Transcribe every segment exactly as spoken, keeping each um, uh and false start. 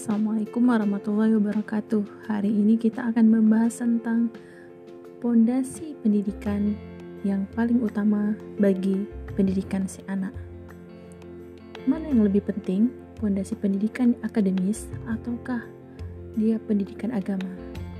Assalamualaikum warahmatullahi wabarakatuh. Hari ini kita akan membahas tentang pondasi pendidikan yang paling utama bagi pendidikan si anak. Mana yang lebih penting, pondasi pendidikan akademis ataukah dia pendidikan agama?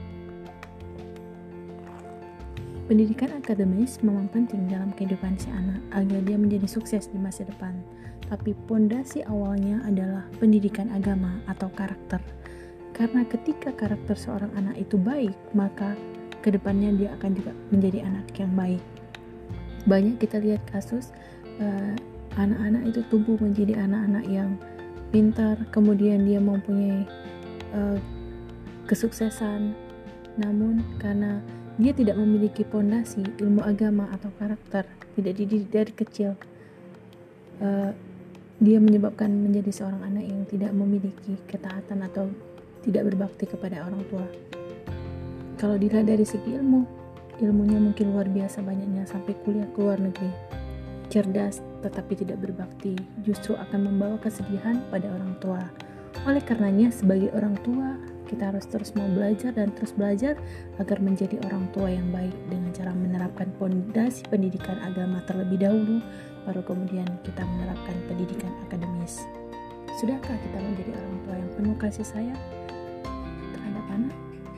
Pendidikan akademis memang penting dalam kehidupan si anak agar dia menjadi sukses di masa depan. Tapi pondasi awalnya adalah pendidikan agama atau karakter. Karena ketika karakter seorang anak itu baik, maka kedepannya dia akan juga menjadi anak yang baik. Banyak kita lihat kasus uh, anak-anak itu tumbuh menjadi anak-anak yang pintar, kemudian dia mempunyai uh, kesuksesan, namun karena dia tidak memiliki pondasi ilmu agama atau karakter, tidak dididik dari kecil, uh, dia menyebabkan menjadi seorang anak yang tidak memiliki ketaatan atau tidak berbakti kepada orang tua. Kalau dilihat dari segi ilmu, ilmunya mungkin luar biasa banyaknya sampai kuliah ke luar negeri. Cerdas tetapi tidak berbakti, justru akan membawa kesedihan pada orang tua. Oleh karenanya, sebagai orang tua, kita harus terus mau belajar dan terus belajar agar menjadi orang tua yang baik dengan cara menerapkan pondasi pendidikan agama terlebih dahulu, baru kemudian kita menerapkan pendidikan akademis. Sudahkah kita menjadi orang tua yang penuh kasih sayang terhadap anak?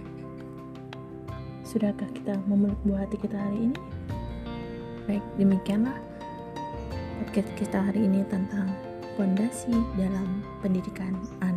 Sudahkah kita memeluk buah hati kita hari ini? Baik, demikianlah podcast kita hari ini tentang pondasi dalam pendidikan anak.